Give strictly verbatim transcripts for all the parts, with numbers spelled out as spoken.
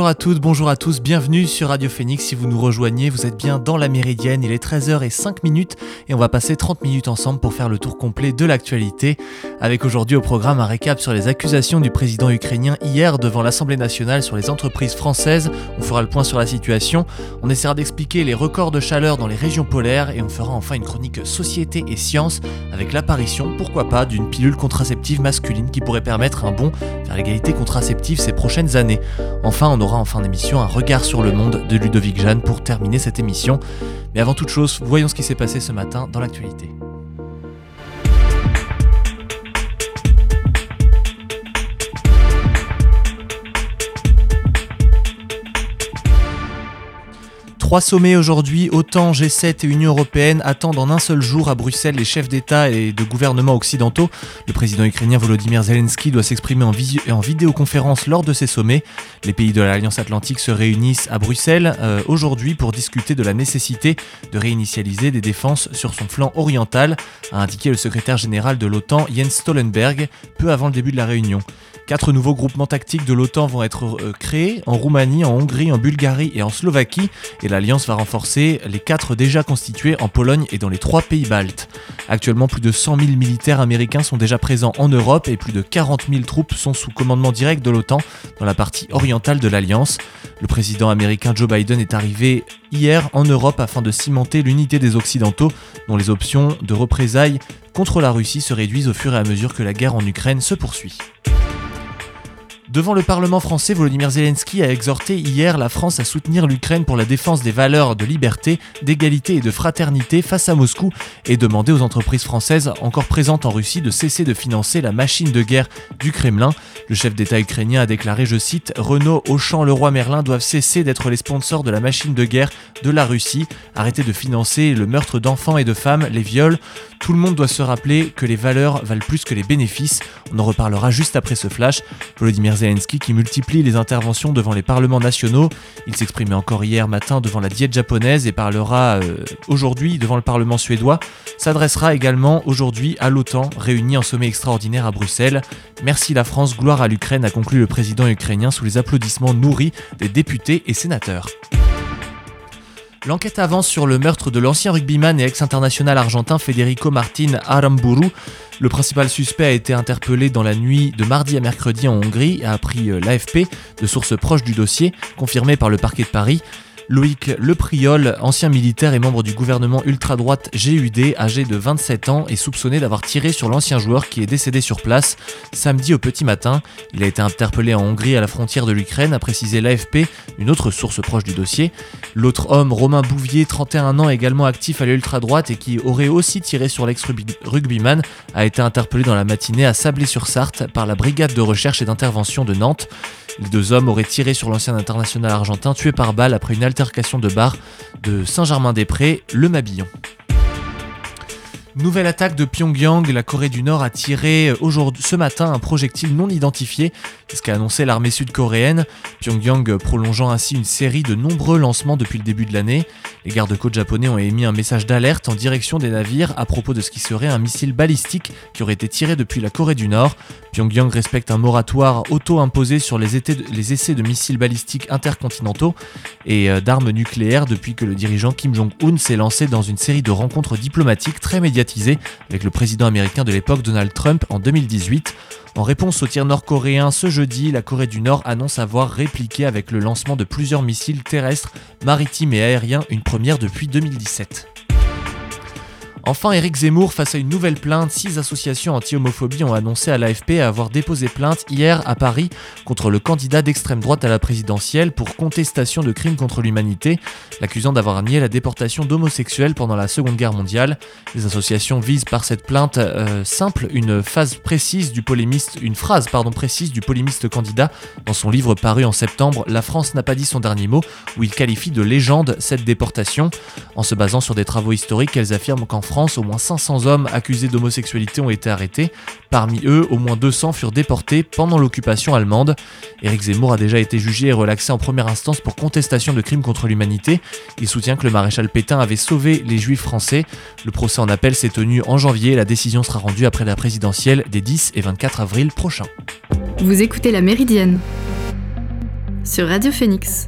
à toutes, bonjour à tous, bienvenue sur Radio Phoenix. Si vous nous rejoignez, vous êtes bien dans la Méridienne, il est treize heures zéro cinq et on va passer trente minutes ensemble pour faire le tour complet de l'actualité. Avec aujourd'hui au programme un récap sur les accusations du président ukrainien hier devant l'Assemblée nationale sur les entreprises françaises. On fera le point sur la situation, on essaiera d'expliquer les records de chaleur dans les régions polaires et on fera enfin une chronique société et sciences avec l'apparition, pourquoi pas, d'une pilule contraceptive masculine qui pourrait permettre un bond vers l'égalité contraceptive ces prochaines années. Enfin, on aura en fin d'émission un regard sur le monde de Ludovic Jeanne pour terminer cette émission. Mais avant toute chose, voyons ce qui s'est passé ce matin dans l'actualité. Trois sommets aujourd'hui, OTAN, G sept et Union Européenne attendent en un seul jour à Bruxelles les chefs d'État et de gouvernement occidentaux. Le président ukrainien Volodymyr Zelensky doit s'exprimer en, visio- en vidéoconférence lors de ces sommets. Les pays de l'Alliance Atlantique se réunissent à Bruxelles euh, aujourd'hui pour discuter de la nécessité de réinitialiser des défenses sur son flanc oriental, a indiqué le secrétaire général de l'OTAN Jens Stoltenberg peu avant le début de la réunion. Quatre nouveaux groupements tactiques de l'OTAN vont être euh, créés en Roumanie, en Hongrie, en Bulgarie et en Slovaquie, et l'Alliance va renforcer les quatre déjà constitués en Pologne et dans les trois pays baltes. Actuellement, plus de cent mille militaires américains sont déjà présents en Europe et plus de quarante mille troupes sont sous commandement direct de l'OTAN dans la partie orientale de l'Alliance. Le président américain Joe Biden est arrivé hier en Europe afin de cimenter l'unité des Occidentaux, dont les options de représailles contre la Russie se réduisent au fur et à mesure que la guerre en Ukraine se poursuit. Devant le Parlement français, Volodymyr Zelensky a exhorté hier la France à soutenir l'Ukraine pour la défense des valeurs de liberté, d'égalité et de fraternité face à Moscou et demandé aux entreprises françaises encore présentes en Russie de cesser de financer la machine de guerre du Kremlin. Le chef d'État ukrainien a déclaré, je cite, « Renault, Auchan, Leroy Merlin doivent cesser d'être les sponsors de la machine de guerre de la Russie, arrêter de financer le meurtre d'enfants et de femmes, les viols. Tout le monde doit se rappeler que les valeurs valent plus que les bénéfices. » On en reparlera juste après ce flash. Volodymyr Zelensky qui multiplie les interventions devant les parlements nationaux. Il s'exprimait encore hier matin devant la Diète japonaise et parlera euh, aujourd'hui devant le Parlement suédois. S'adressera également aujourd'hui à l'OTAN, réunie en sommet extraordinaire à Bruxelles. Merci la France, gloire à l'Ukraine, a conclu le président ukrainien sous les applaudissements nourris des députés et sénateurs. L'enquête avance sur le meurtre de l'ancien rugbyman et ex-international argentin Federico Martin Aramburu. Le principal suspect a été interpellé dans la nuit de mardi à mercredi en Hongrie, a appris l'A F P de sources proches du dossier, confirmées par le parquet de Paris. Loïc Lepriol, ancien militaire et membre du gouvernement ultra-droite G U D, âgé de vingt-sept ans, est soupçonné d'avoir tiré sur l'ancien joueur qui est décédé sur place samedi au petit matin. Il a été interpellé en Hongrie à la frontière de l'Ukraine, a précisé l'A F P, une autre source proche du dossier. L'autre homme, Romain Bouvier, trente et un ans, également actif à l'ultra-droite et qui aurait aussi tiré sur l'ex-rugbyman, a été interpellé dans la matinée à Sablé-sur-Sarthe par la brigade de recherche et d'intervention de Nantes. Les deux hommes auraient tiré sur l'ancien international argentin tué par balle après une altercation de bar de Saint-Germain-des-Prés, le Mabillon. Nouvelle attaque de Pyongyang, la Corée du Nord a tiré aujourd'hui, ce matin un projectile non identifié, c'est ce qu'a annoncé l'armée sud-coréenne, Pyongyang prolongeant ainsi une série de nombreux lancements depuis le début de l'année. Les gardes-côtes japonais ont émis un message d'alerte en direction des navires à propos de ce qui serait un missile balistique qui aurait été tiré depuis la Corée du Nord. Pyongyang respecte un moratoire auto-imposé sur les, été- les essais de missiles balistiques intercontinentaux et euh, d'armes nucléaires depuis que le dirigeant Kim Jong-un s'est lancé dans une série de rencontres diplomatiques très médiatisées avec le président américain de l'époque Donald Trump en deux mille dix-huit. En réponse au tir nord-coréen ce jeudi, la Corée du Nord annonce avoir répliqué avec le lancement de plusieurs missiles terrestres, maritimes et aériens, une première depuis deux mille dix-sept. Enfin, Éric Zemmour, face à une nouvelle plainte, six associations anti-homophobie ont annoncé à l'A F P avoir déposé plainte hier à Paris contre le candidat d'extrême droite à la présidentielle pour contestation de crimes contre l'humanité, l'accusant d'avoir nié la déportation d'homosexuels pendant la Seconde Guerre mondiale. Les associations visent par cette plainte euh, simple une phase précise du polémiste, une phrase pardon, précise du polémiste candidat dans son livre paru en septembre « La France n'a pas dit son dernier mot » où il qualifie de légende cette déportation. En se basant sur des travaux historiques, elles affirment qu'en France, au moins cinq cents hommes accusés d'homosexualité ont été arrêtés. Parmi eux, au moins deux cents furent déportés pendant l'occupation allemande. Éric Zemmour a déjà été jugé et relaxé en première instance pour contestation de crimes contre l'humanité. Il soutient que le maréchal Pétain avait sauvé les juifs français. Le procès en appel s'est tenu en janvier. La décision sera rendue après la présidentielle des dix et vingt-quatre avril prochains. Vous écoutez La Méridienne sur Radio Phoenix.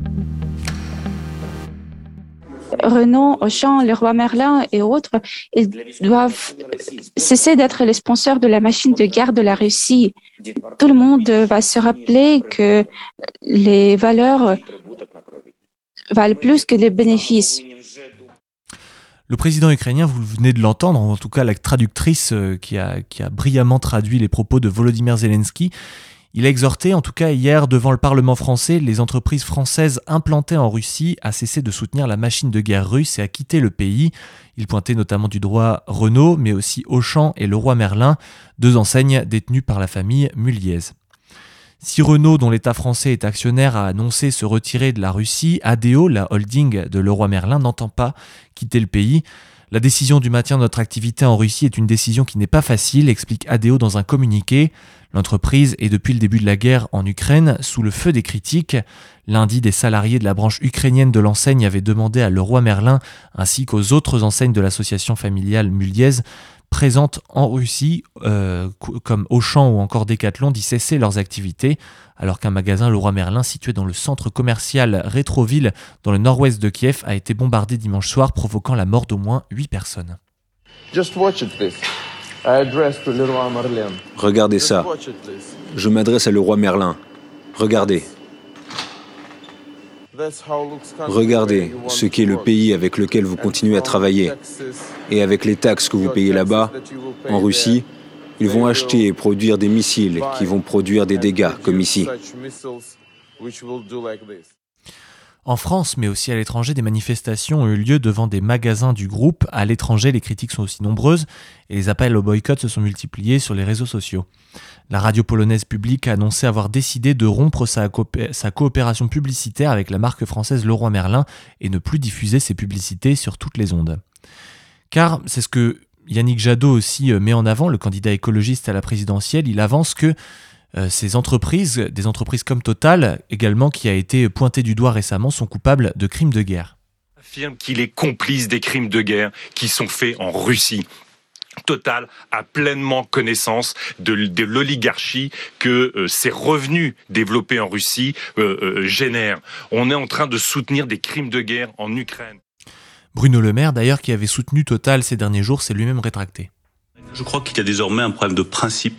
Renault, Auchan, Leroy Merlin et autres, ils doivent cesser d'être les sponsors de la machine de guerre de la Russie. Tout le monde va se rappeler que les valeurs valent plus que les bénéfices. Le président ukrainien, vous venez de l'entendre, en tout cas la traductrice qui a, qui a brillamment traduit les propos de Volodymyr Zelensky. Il a exhorté, en tout cas hier devant le Parlement français, les entreprises françaises implantées en Russie à cesser de soutenir la machine de guerre russe et à quitter le pays. Il pointait notamment du doigt Renault, mais aussi Auchan et Leroy Merlin, deux enseignes détenues par la famille Mulliez. Si Renault, dont l'État français est actionnaire, a annoncé se retirer de la Russie, A D O, la holding de Leroy Merlin, n'entend pas quitter le pays. La décision du maintien de notre activité en Russie est une décision qui n'est pas facile, explique A D O dans un communiqué. L'entreprise est depuis le début de la guerre en Ukraine sous le feu des critiques. Lundi, des salariés de la branche ukrainienne de l'enseigne avaient demandé à Leroy Merlin ainsi qu'aux autres enseignes de l'association familiale Mulliez présentes en Russie, euh, comme Auchan ou encore Decathlon, d'y cesser leurs activités, alors qu'un magasin Leroy Merlin situé dans le centre commercial Rétroville, dans le nord-ouest de Kiev, a été bombardé dimanche soir, provoquant la mort d'au moins huit personnes. Just watch it, please. I address to Leroy Merlin. Regardez ça. Je m'adresse à Leroy Merlin. Regardez. Regardez ce qu'est le pays avec lequel vous continuez à travailler. Et avec les taxes que vous payez là-bas, en Russie, ils vont acheter et produire des missiles qui vont produire des dégâts comme ici. En France, mais aussi à l'étranger, des manifestations ont eu lieu devant des magasins du groupe. À l'étranger, les critiques sont aussi nombreuses et les appels au boycott se sont multipliés sur les réseaux sociaux. La radio polonaise Public a annoncé avoir décidé de rompre sa, coopé- sa coopération publicitaire avec la marque française Leroy Merlin et ne plus diffuser ses publicités sur toutes les ondes. Car, c'est ce que Yannick Jadot aussi met en avant, le candidat écologiste à la présidentielle, il avance que Euh, ces entreprises, des entreprises comme Total, également qui a été pointée du doigt récemment, sont coupables de crimes de guerre. Affirme qu'il est complice des crimes de guerre qui sont faits en Russie. Total a pleinement connaissance de, de l'oligarchie que euh, ces revenus développés en Russie euh, euh, génèrent. On est en train de soutenir des crimes de guerre en Ukraine. Bruno Le Maire, d'ailleurs, qui avait soutenu Total ces derniers jours, s'est lui-même rétracté. Je crois qu'il y a désormais un problème de principe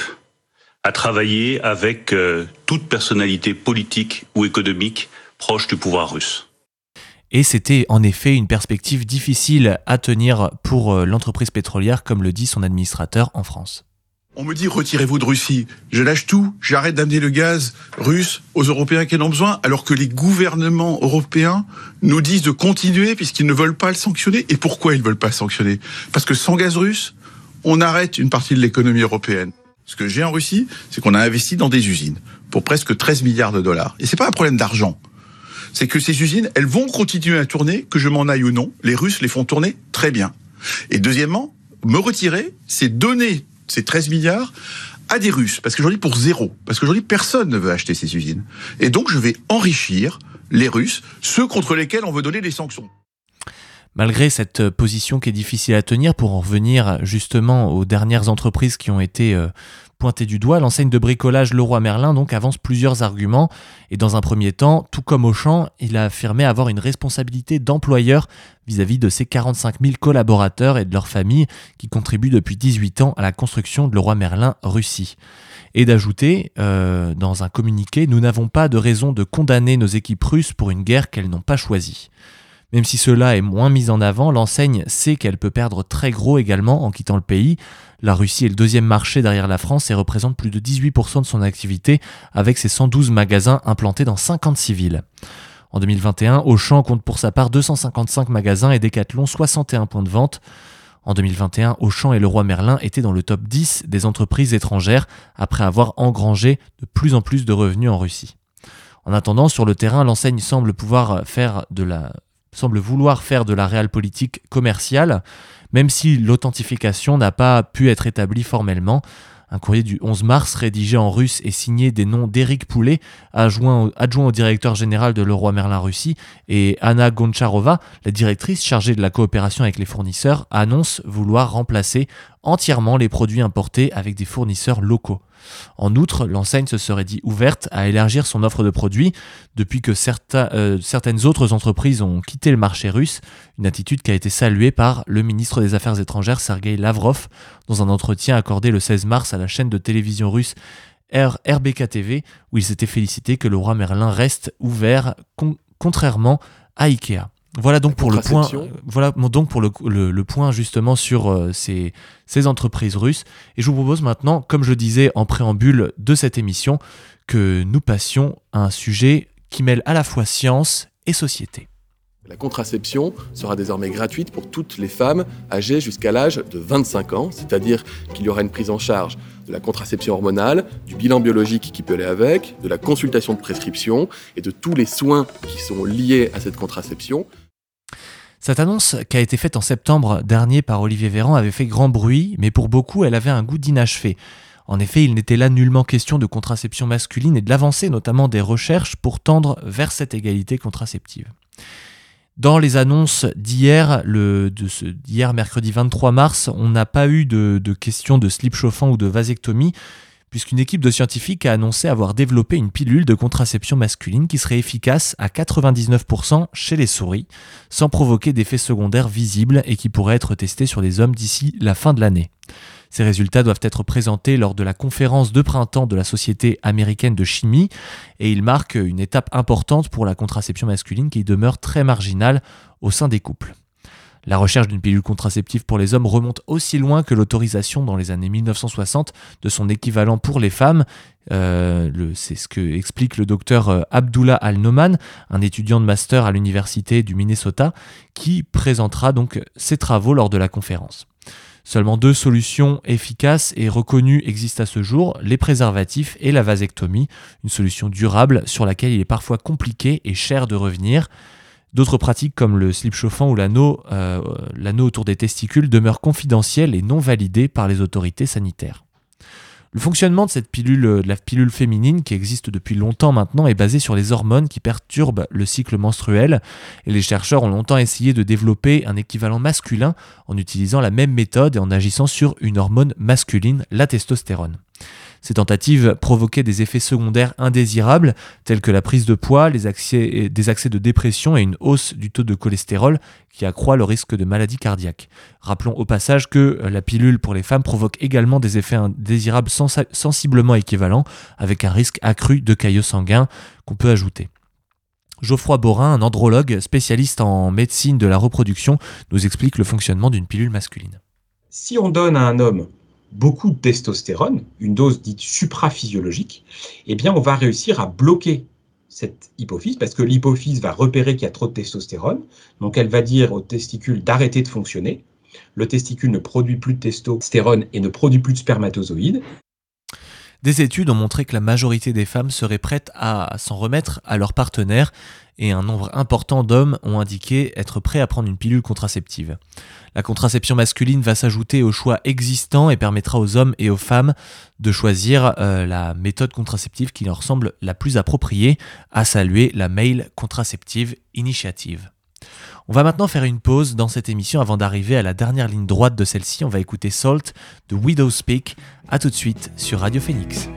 à travailler avec euh, toute personnalité politique ou économique proche du pouvoir russe. Et c'était en effet une perspective difficile à tenir pour euh, l'entreprise pétrolière, comme le dit son administrateur en France. On me dit retirez-vous de Russie. Je lâche tout, j'arrête d'amener le gaz russe aux Européens qui en ont besoin, alors que les gouvernements européens nous disent de continuer puisqu'ils ne veulent pas le sanctionner. Et pourquoi ils ne veulent pas le sanctionner ? Parce que sans gaz russe, on arrête une partie de l'économie européenne. Ce que j'ai en Russie, c'est qu'on a investi dans des usines pour presque treize milliards de dollars. Et c'est pas un problème d'argent. C'est que ces usines, elles vont continuer à tourner, que je m'en aille ou non. Les Russes les font tourner très bien. Et deuxièmement, me retirer, c'est donner ces treize milliards à des Russes. Parce qu'aujourd'hui, pour zéro. Parce qu'aujourd'hui, personne ne veut acheter ces usines. Et donc, je vais enrichir les Russes, ceux contre lesquels on veut donner des sanctions. Malgré cette position qui est difficile à tenir, pour en revenir justement aux dernières entreprises qui ont été euh, pointées du doigt, l'enseigne de bricolage Leroy Merlin donc avance plusieurs arguments. Et dans un premier temps, tout comme Auchan, il a affirmé avoir une responsabilité d'employeur vis-à-vis de ses quarante-cinq mille collaborateurs et de leurs familles qui contribuent depuis dix-huit ans à la construction de Leroy Merlin Russie. Et d'ajouter, euh, dans un communiqué, « Nous n'avons pas de raison de condamner nos équipes russes pour une guerre qu'elles n'ont pas choisie ». Même si cela est moins mis en avant, l'enseigne sait qu'elle peut perdre très gros également en quittant le pays. La Russie est le deuxième marché derrière la France et représente plus de dix-huit pour cent de son activité avec ses cent douze magasins implantés dans cinquante-six villes. En deux mille vingt et un, Auchan compte pour sa part deux cent cinquante-cinq magasins et Decathlon soixante et un points de vente. En deux mille vingt et un, Auchan et Leroy Merlin étaient dans le top dix des entreprises étrangères après avoir engrangé de plus en plus de revenus en Russie. En attendant, sur le terrain, l'enseigne semble pouvoir faire de la semble vouloir faire de la realpolitik commerciale, même si l'authentification n'a pas pu être établie formellement. Un courrier du onze mars rédigé en russe et signé des noms d'Éric Poulet, adjoint, adjoint au directeur général de Leroy Merlin Russie, et Anna Goncharova, la directrice chargée de la coopération avec les fournisseurs, annonce vouloir remplacer entièrement les produits importés avec des fournisseurs locaux. En outre, l'enseigne se serait dit ouverte à élargir son offre de produits depuis que certains, euh, certaines autres entreprises ont quitté le marché russe, une attitude qui a été saluée par le ministre des Affaires étrangères Sergueï Lavrov dans un entretien accordé le seize mars à la chaîne de télévision russe R B K T V, où il s'était félicité que le roi Merlin reste ouvert con- contrairement à Ikea. Voilà donc pour le point. Euh, voilà donc pour le, le, le point justement sur euh, ces, ces entreprises russes. Et je vous propose maintenant, comme je le disais en préambule de cette émission, que nous passions à un sujet qui mêle à la fois science et société. La contraception sera désormais gratuite pour toutes les femmes âgées jusqu'à l'âge de vingt-cinq ans, c'est-à-dire qu'il y aura une prise en charge de la contraception hormonale, du bilan biologique qui peut aller avec, de la consultation de prescription et de tous les soins qui sont liés à cette contraception. Cette annonce, qui a été faite en septembre dernier par Olivier Véran, avait fait grand bruit, mais pour beaucoup, elle avait un goût d'inachevé. En effet, il n'était là nullement question de contraception masculine et de l'avancée notamment des recherches pour tendre vers cette égalité contraceptive. Dans les annonces d'hier, le, de ce, d'hier mercredi vingt-trois mars, on n'a pas eu de, de questions de slip chauffant ou de vasectomie, puisqu'une équipe de scientifiques a annoncé avoir développé une pilule de contraception masculine qui serait efficace à quatre-vingt-dix-neuf pour cent chez les souris, sans provoquer d'effets secondaires visibles et qui pourrait être testée sur les hommes d'ici la fin de l'année. Ces résultats doivent être présentés lors de la conférence de printemps de la Société américaine de chimie et ils marquent une étape importante pour la contraception masculine qui demeure très marginale au sein des couples. La recherche d'une pilule contraceptive pour les hommes remonte aussi loin que l'autorisation dans les années dix-neuf cent soixante de son équivalent pour les femmes. Euh, le, c'est ce que explique le docteur Abdullah Al-Noman, un étudiant de master à l'université du Minnesota, qui présentera donc ses travaux lors de la conférence. Seulement deux solutions efficaces et reconnues existent à ce jour, les préservatifs et la vasectomie, une solution durable sur laquelle il est parfois compliqué et cher de revenir. D'autres pratiques comme le slip chauffant ou l'anneau, euh, l'anneau autour des testicules demeurent confidentielles et non validées par les autorités sanitaires. Le fonctionnement de cette pilule, de la pilule féminine qui existe depuis longtemps maintenant est basé sur les hormones qui perturbent le cycle menstruel et les chercheurs ont longtemps essayé de développer un équivalent masculin en utilisant la même méthode et en agissant sur une hormone masculine, la testostérone. Ces tentatives provoquaient des effets secondaires indésirables tels que la prise de poids, les accès, des accès de dépression et une hausse du taux de cholestérol qui accroît le risque de maladie cardiaque. Rappelons au passage que la pilule pour les femmes provoque également des effets indésirables sens- sensiblement équivalents avec un risque accru de caillots sanguins qu'on peut ajouter. Geoffroy Borin, un andrologue spécialiste en médecine de la reproduction, nous explique le fonctionnement d'une pilule masculine. Si on donne à un homme beaucoup de testostérone, une dose dite supraphysiologique, eh bien on va réussir à bloquer cette hypophyse parce que l'hypophyse va repérer qu'il y a trop de testostérone, donc elle va dire au testicule d'arrêter de fonctionner. Le testicule ne produit plus de testostérone et ne produit plus de spermatozoïdes. Des études ont montré que la majorité des femmes seraient prêtes à s'en remettre à leur partenaire et un nombre important d'hommes ont indiqué être prêts à prendre une pilule contraceptive. La contraception masculine va s'ajouter aux choix existants et permettra aux hommes et aux femmes de choisir euh, la méthode contraceptive qui leur semble la plus appropriée, à saluer la Male Contraceptive Initiative. On va maintenant faire une pause dans cette émission avant d'arriver à la dernière ligne droite de celle-ci. On va écouter Salt de Widow's Peak. A tout de suite sur Radio Phoenix.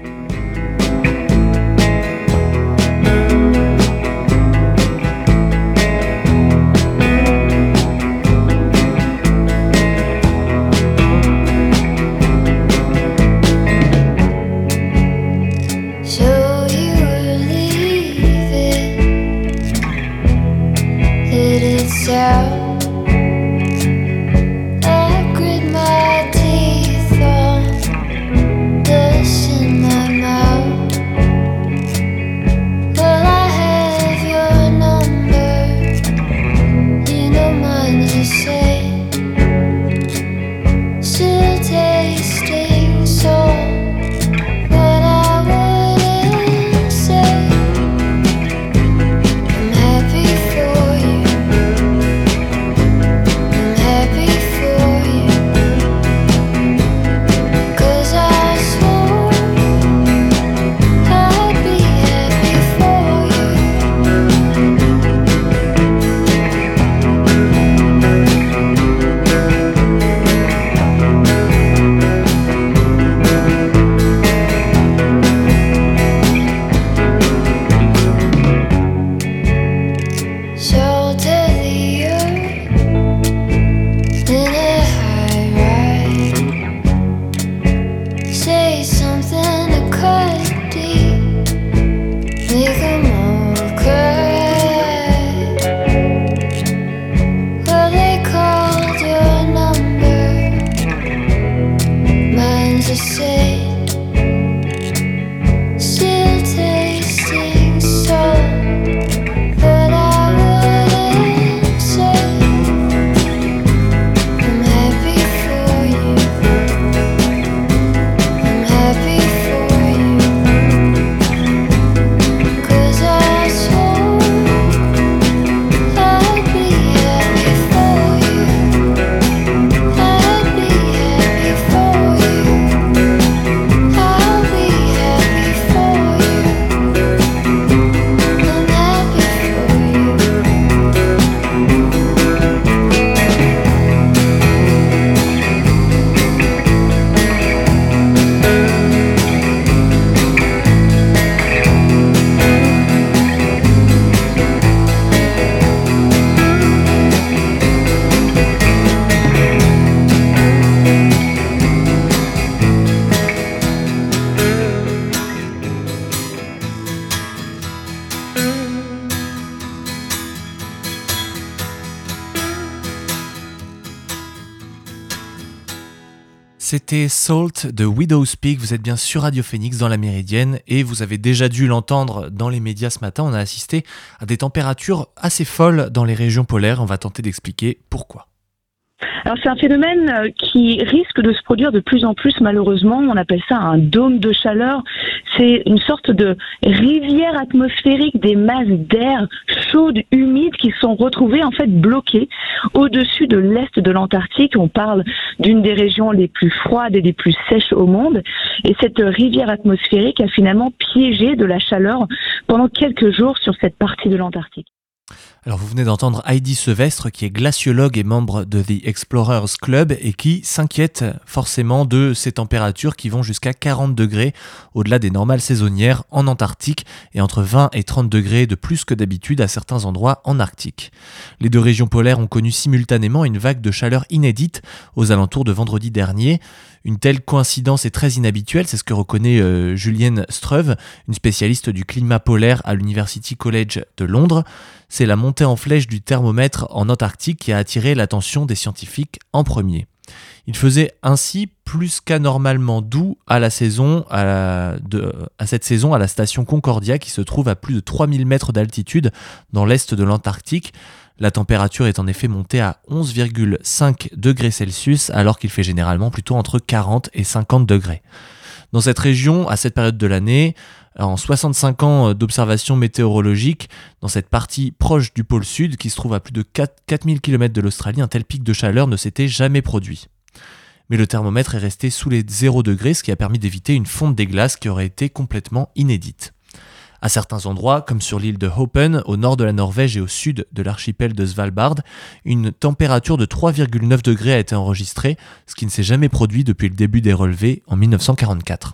C'était Salt de Widow's Peak, vous êtes bien sur Radio Phoenix dans la Méridienne et vous avez déjà dû l'entendre dans les médias ce matin, on a assisté à des températures assez folles dans les régions polaires, on va tenter d'expliquer pourquoi. Alors c'est un phénomène qui risque de se produire de plus en plus malheureusement, on appelle ça un dôme de chaleur, c'est une sorte de rivière atmosphérique des masses d'air chaudes, humides qui sont retrouvées en fait bloquées au-dessus de l'est de l'Antarctique. On parle d'une des régions les plus froides et les plus sèches au monde et cette rivière atmosphérique a finalement piégé de la chaleur pendant quelques jours sur cette partie de l'Antarctique. Alors vous venez d'entendre Heidi Sevestre qui est glaciologue et membre de The Explorers Club et qui s'inquiète forcément de ces températures qui vont jusqu'à quarante degrés au-delà des normales saisonnières en Antarctique et entre vingt et trente degrés de plus que d'habitude à certains endroits en Arctique. Les deux régions polaires ont connu simultanément une vague de chaleur inédite aux alentours de vendredi dernier. Une telle coïncidence est très inhabituelle, c'est ce que reconnaît euh, Julienne Struve, une spécialiste du climat polaire à l'University College de Londres. C'est la montée en flèche du thermomètre en Antarctique qui a attiré l'attention des scientifiques en premier. Il faisait ainsi plus qu'anormalement doux à la saison, à, la, de, à cette saison à la station Concordia qui se trouve à plus de trois mille mètres d'altitude dans l'est de l'Antarctique. La température est en effet montée à onze virgule cinq degrés Celsius alors qu'il fait généralement plutôt entre quarante et cinquante degrés. Dans cette région, à cette période de l'année, en soixante-cinq ans d'observation météorologique, dans cette partie proche du pôle sud qui se trouve à plus de quatre mille kilomètres de l'Australie, un tel pic de chaleur ne s'était jamais produit. Mais le thermomètre est resté sous les zéro degrés, ce qui a permis d'éviter une fonte des glaces qui aurait été complètement inédite. À certains endroits, comme sur l'île de Hopen, au nord de la Norvège et au sud de l'archipel de Svalbard, une température de trois virgule neuf degrés a été enregistrée, ce qui ne s'est jamais produit depuis le début des relevés en dix-neuf cent quarante-quatre.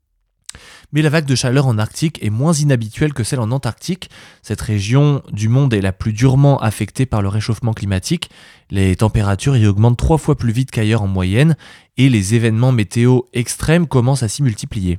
Mais la vague de chaleur en Arctique est moins inhabituelle que celle en Antarctique. Cette région du monde est la plus durement affectée par le réchauffement climatique. Les températures y augmentent trois fois plus vite qu'ailleurs en moyenne et les événements météo extrêmes commencent à s'y multiplier.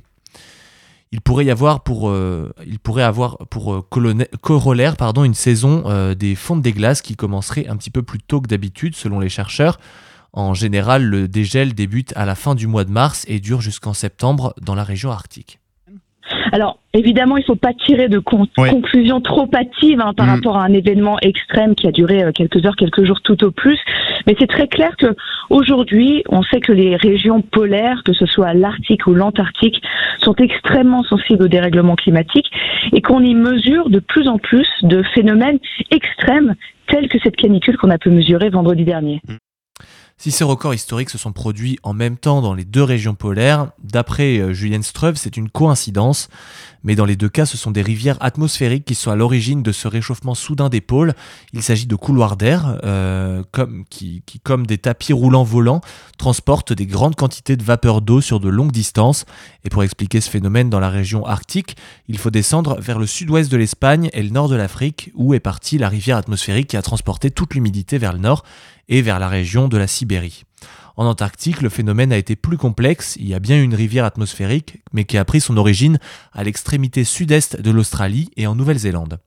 Il pourrait y avoir pour, euh, il pourrait avoir pour euh, colonne- corollaire pardon, une saison euh, des fontes des glaces qui commencerait un petit peu plus tôt que d'habitude selon les chercheurs. En général, le dégel débute à la fin du mois de mars et dure jusqu'en septembre dans la région arctique. Alors, évidemment, il ne faut pas tirer de con- ouais. conclusions trop hâtives hein, par mmh. rapport à un événement extrême qui a duré euh, quelques heures, quelques jours tout au plus. Mais c'est très clair qu'aujourd'hui, on sait que les régions polaires, que ce soit l'Arctique ou l'Antarctique, sont extrêmement sensibles au dérèglement climatique et qu'on y mesure de plus en plus de phénomènes extrêmes tels que cette canicule qu'on a pu mesurer vendredi dernier. Mmh. Si ces records historiques se sont produits en même temps dans les deux régions polaires, d'après euh, Julienne Struve, c'est une coïncidence. Mais dans les deux cas, ce sont des rivières atmosphériques qui sont à l'origine de ce réchauffement soudain des pôles. Il s'agit de couloirs d'air euh, comme, qui, qui, comme des tapis roulants volants, transportent des grandes quantités de vapeur d'eau sur de longues distances. Et pour expliquer ce phénomène dans la région arctique, il faut descendre vers le sud-ouest de l'Espagne et le nord de l'Afrique, où est partie la rivière atmosphérique qui a transporté toute l'humidité vers le nord et vers la région de la Sibérie. En Antarctique, le phénomène a été plus complexe, il y a bien une rivière atmosphérique, mais qui a pris son origine à l'extrémité sud-est de l'Australie et en Nouvelle-Zélande.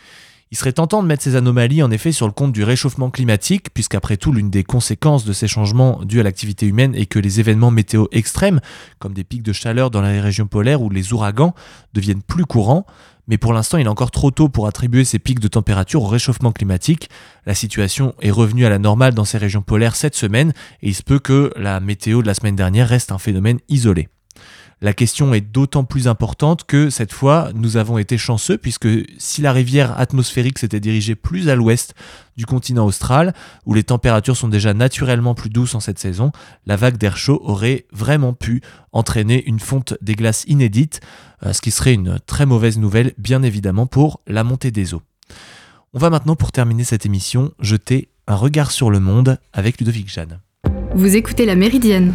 Il serait tentant de mettre ces anomalies en effet sur le compte du réchauffement climatique, puisqu'après tout l'une des conséquences de ces changements dus à l'activité humaine est que les événements météo extrêmes, comme des pics de chaleur dans les régions polaires ou les ouragans, deviennent plus courants. Mais pour l'instant, il est encore trop tôt pour attribuer ces pics de température au réchauffement climatique. La situation est revenue à la normale dans ces régions polaires cette semaine et il se peut que la météo de la semaine dernière reste un phénomène isolé. La question est d'autant plus importante que cette fois, nous avons été chanceux puisque si la rivière atmosphérique s'était dirigée plus à l'ouest du continent austral, où les températures sont déjà naturellement plus douces en cette saison, la vague d'air chaud aurait vraiment pu entraîner une fonte des glaces inédite, ce qui serait une très mauvaise nouvelle, bien évidemment, pour la montée des eaux. On va maintenant, pour terminer cette émission, jeter un regard sur le monde avec Ludovic Jeanne. Vous écoutez La Méridienne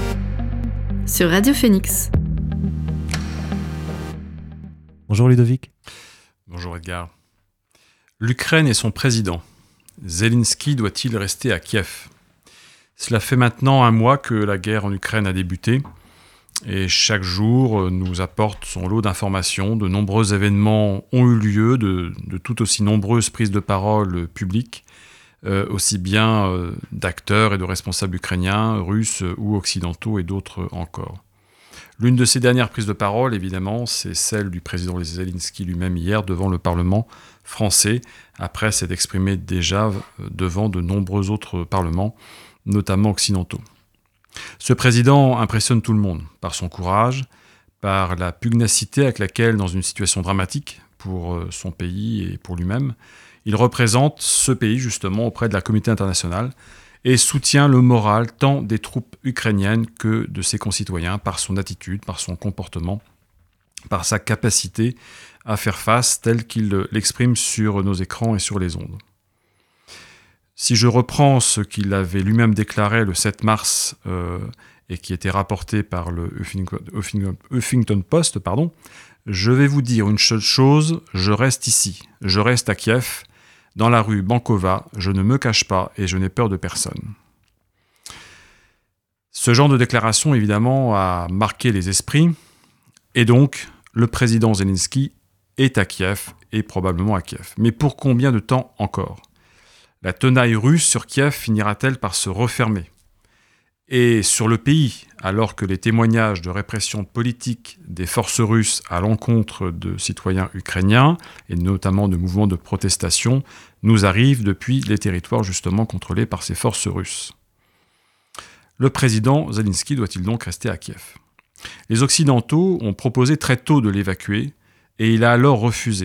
sur Radio Phoenix. Bonjour Ludovic. Bonjour Edgar. L'Ukraine et son président. Zelensky doit-il rester à Kiev ? Cela fait maintenant un mois que la guerre en Ukraine a débuté et chaque jour nous apporte son lot d'informations. De nombreux événements ont eu lieu, de, de tout aussi nombreuses prises de parole publiques euh, aussi bien euh, d'acteurs et de responsables ukrainiens, russes ou occidentaux et d'autres encore. L'une de ces dernières prises de parole, évidemment, c'est celle du président Zelensky lui-même hier devant le Parlement français, après s'être exprimé déjà devant de nombreux autres parlements, notamment occidentaux. Ce président impressionne tout le monde par son courage, par la pugnacité avec laquelle, dans une situation dramatique pour son pays et pour lui-même, il représente ce pays justement auprès de la communauté internationale et soutient le moral tant des troupes ukrainiennes que de ses concitoyens par son attitude, par son comportement, par sa capacité à faire face tel qu'il l'exprime sur nos écrans et sur les ondes. Si je reprends ce qu'il avait lui-même déclaré le sept mars euh, et qui était rapporté par le Huffington, Huffington Post, pardon, je vais vous dire une seule chose, je reste ici, je reste à Kiev, dans la rue Bankova, je ne me cache pas et je n'ai peur de personne. Ce genre de déclaration, évidemment, a marqué les esprits, et donc le président Zelensky est à Kiev, et probablement à Kiev. Mais pour combien de temps encore ? La tenaille russe sur Kiev finira-t-elle par se refermer ? Et sur le pays, alors que les témoignages de répression politique des forces russes à l'encontre de citoyens ukrainiens, et notamment de mouvements de protestation, nous arrivent depuis les territoires justement contrôlés par ces forces russes. Le président Zelensky doit-il donc rester à Kiev ? Les Occidentaux ont proposé très tôt de l'évacuer, et il a alors refusé.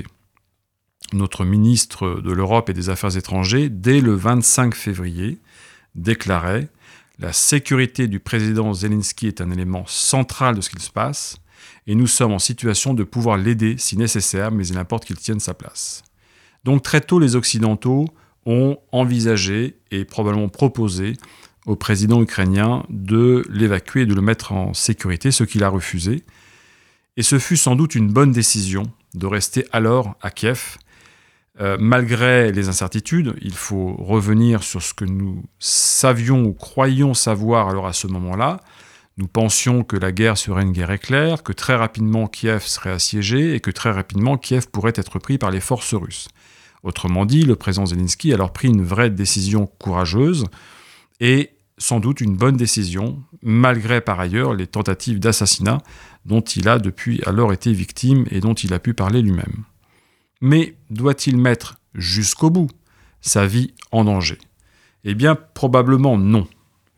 Notre ministre de l'Europe et des Affaires étrangères, dès le vingt-cinq février, déclarait « La sécurité du président Zelensky est un élément central de ce qu'il se passe, et nous sommes en situation de pouvoir l'aider si nécessaire, mais il importe qu'il tienne sa place. » Donc très tôt, les Occidentaux ont envisagé et probablement proposé au président ukrainien de l'évacuer et de le mettre en sécurité, ce qu'il a refusé. Et ce fut sans doute une bonne décision de rester alors à Kiev. Euh, malgré les incertitudes, il faut revenir sur ce que nous savions ou croyions savoir alors à ce moment-là. Nous pensions que la guerre serait une guerre éclair, que très rapidement Kiev serait assiégé et que très rapidement Kiev pourrait être pris par les forces russes. Autrement dit, le président Zelensky a alors pris une vraie décision courageuse et sans doute une bonne décision, malgré par ailleurs les tentatives d'assassinat dont il a depuis alors été victime et dont il a pu parler lui-même. Mais doit-il mettre jusqu'au bout sa vie en danger ? Eh bien, probablement non.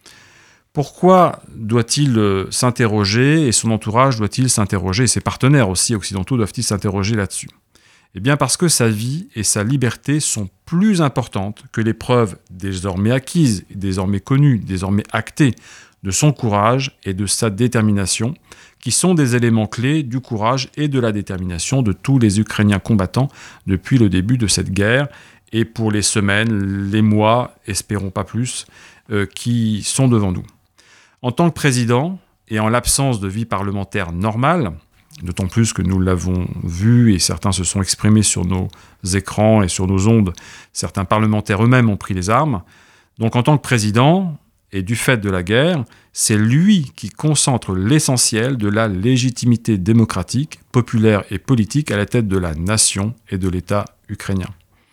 Pourquoi doit-il s'interroger et son entourage doit-il s'interroger et ses partenaires aussi occidentaux doivent-ils s'interroger là-dessus ? Eh bien parce que sa vie et sa liberté sont plus importantes que les preuves désormais acquises, désormais connues, désormais actées de son courage et de sa détermination, qui sont des éléments clés du courage et de la détermination de tous les Ukrainiens combattants depuis le début de cette guerre et pour les semaines, les mois, espérons pas plus, euh, qui sont devant nous. En tant que président et en l'absence de vie parlementaire normale, d'autant plus que nous l'avons vu et certains se sont exprimés sur nos écrans et sur nos ondes, certains parlementaires eux-mêmes ont pris les armes. Donc en tant que président, et du fait de la guerre, c'est lui qui concentre l'essentiel de la légitimité démocratique, populaire et politique à la tête de la nation et de l'État ukrainien.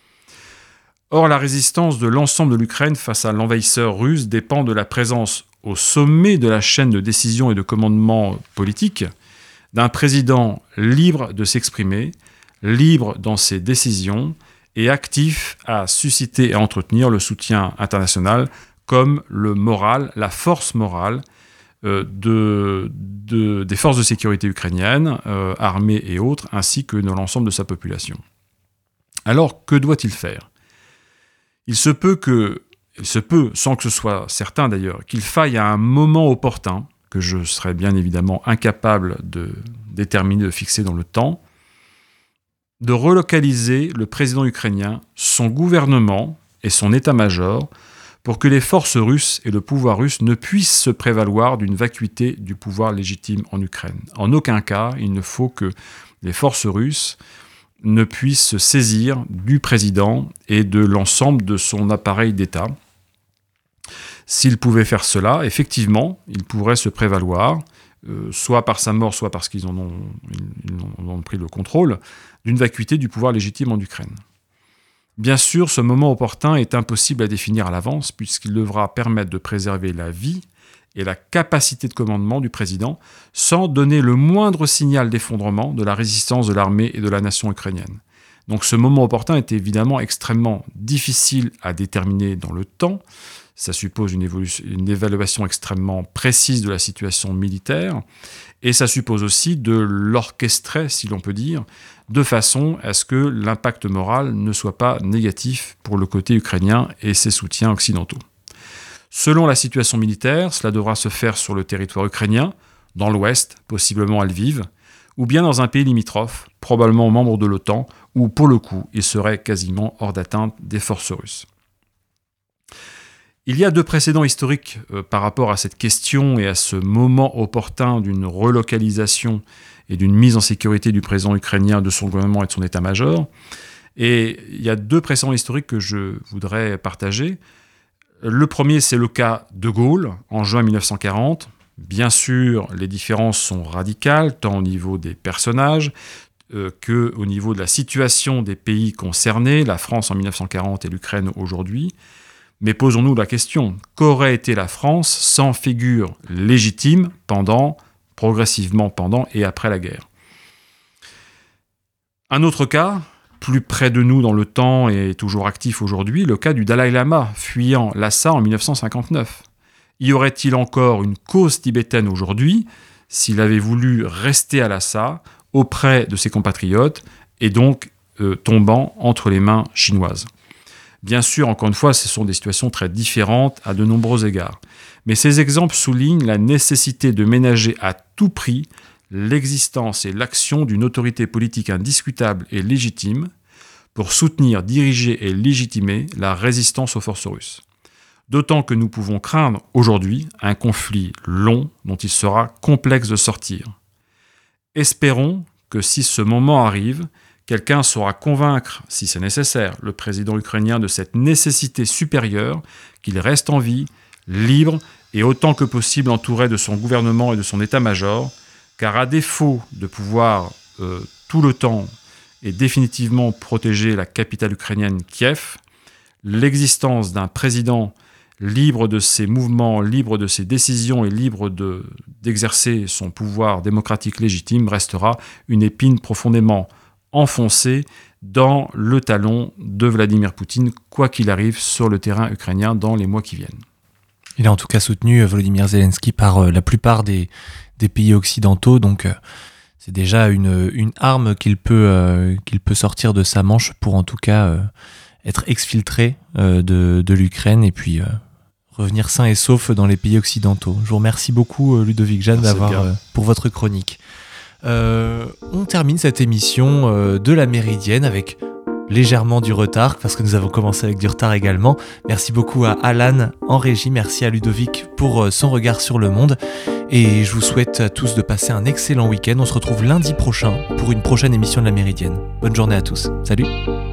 Or, la résistance de l'ensemble de l'Ukraine face à l'envahisseur russe dépend de la présence au sommet de la chaîne de décision et de commandement politique d'un président libre de s'exprimer, libre dans ses décisions et actif à susciter et à entretenir le soutien international comme le moral, la force morale euh, de, de, des forces de sécurité ukrainiennes, euh, armées et autres, ainsi que de l'ensemble de sa population. Alors, que doit-il faire ? Il se peut que, il se peut, sans que ce soit certain d'ailleurs, qu'il faille à un moment opportun, que je serais bien évidemment incapable de déterminer, de fixer dans le temps, de relocaliser le président ukrainien, son gouvernement et son état-major pour que les forces russes et le pouvoir russe ne puissent se prévaloir d'une vacuité du pouvoir légitime en Ukraine. En aucun cas, il ne faut que les forces russes ne puissent se saisir du président et de l'ensemble de son appareil d'État. S'ils pouvaient faire cela, effectivement, ils pourraient se prévaloir, euh, soit par sa mort, soit parce qu'ils en ont, ils en ont pris le contrôle, d'une vacuité du pouvoir légitime en Ukraine. Bien sûr, ce moment opportun est impossible à définir à l'avance puisqu'il devra permettre de préserver la vie et la capacité de commandement du président sans donner le moindre signal d'effondrement de la résistance de l'armée et de la nation ukrainienne. Donc ce moment opportun est évidemment extrêmement difficile à déterminer dans le temps. Ça suppose une, évolution, une évaluation extrêmement précise de la situation militaire et ça suppose aussi de l'orchestrer, si l'on peut dire, de façon à ce que l'impact moral ne soit pas négatif pour le côté ukrainien et ses soutiens occidentaux. Selon la situation militaire, cela devra se faire sur le territoire ukrainien, dans l'ouest, possiblement à Lviv, ou bien dans un pays limitrophe, probablement membre de l'OTAN, où pour le coup, il serait quasiment hors d'atteinte des forces russes. Il y a deux précédents historiques euh, par rapport à cette question et à ce moment opportun d'une relocalisation et d'une mise en sécurité du président ukrainien, de son gouvernement et de son état-major. Et il y a deux précédents historiques que je voudrais partager. Le premier, c'est le cas de Gaulle, en juin mille neuf cent quarante. Bien sûr, les différences sont radicales, tant au niveau des personnages euh, qu'au niveau de la situation des pays concernés, la France en mille neuf cent quarante et l'Ukraine aujourd'hui. Mais posons-nous la question, qu'aurait été la France sans figure légitime pendant, progressivement pendant et après la guerre ? Un autre cas, plus près de nous dans le temps et toujours actif aujourd'hui, le cas du Dalai Lama, fuyant Lhasa en mille neuf cent cinquante-neuf. Y aurait-il encore une cause tibétaine aujourd'hui s'il avait voulu rester à Lhasa auprès de ses compatriotes et donc euh, tombant entre les mains chinoises ? Bien sûr, encore une fois, ce sont des situations très différentes à de nombreux égards. Mais ces exemples soulignent la nécessité de ménager à tout prix l'existence et l'action d'une autorité politique indiscutable et légitime pour soutenir, diriger et légitimer la résistance aux forces russes. D'autant que nous pouvons craindre aujourd'hui un conflit long dont il sera complexe de sortir. Espérons que si ce moment arrive, quelqu'un saura convaincre, si c'est nécessaire, le président ukrainien de cette nécessité supérieure qu'il reste en vie, libre et autant que possible entouré de son gouvernement et de son état-major, car à défaut de pouvoir euh, tout le temps et définitivement protéger la capitale ukrainienne Kiev, l'existence d'un président libre de ses mouvements, libre de ses décisions et libre de, d'exercer son pouvoir démocratique légitime restera une épine profondément enfoncée dans le talon de Vladimir Poutine, quoi qu'il arrive sur le terrain ukrainien dans les mois qui viennent. Il a en tout cas soutenu Volodymyr Zelensky par euh, la plupart des, des pays occidentaux, donc euh, c'est déjà une, une arme qu'il peut, euh, qu'il peut sortir de sa manche pour en tout cas euh, être exfiltré euh, de, de l'Ukraine et puis euh, revenir sain et sauf dans les pays occidentaux. Je vous remercie beaucoup Ludovic Jeanne d'avoir, euh, pour votre chronique. Euh, on termine cette émission euh, de la Méridienne avec légèrement du retard parce que nous avons commencé avec du retard également. Merci beaucoup à Alan en régie, merci à Ludovic pour euh, son regard sur le monde et je vous souhaite à tous de passer un excellent week-end. On se retrouve lundi prochain pour une prochaine émission de la Méridienne. Bonne journée à tous, salut.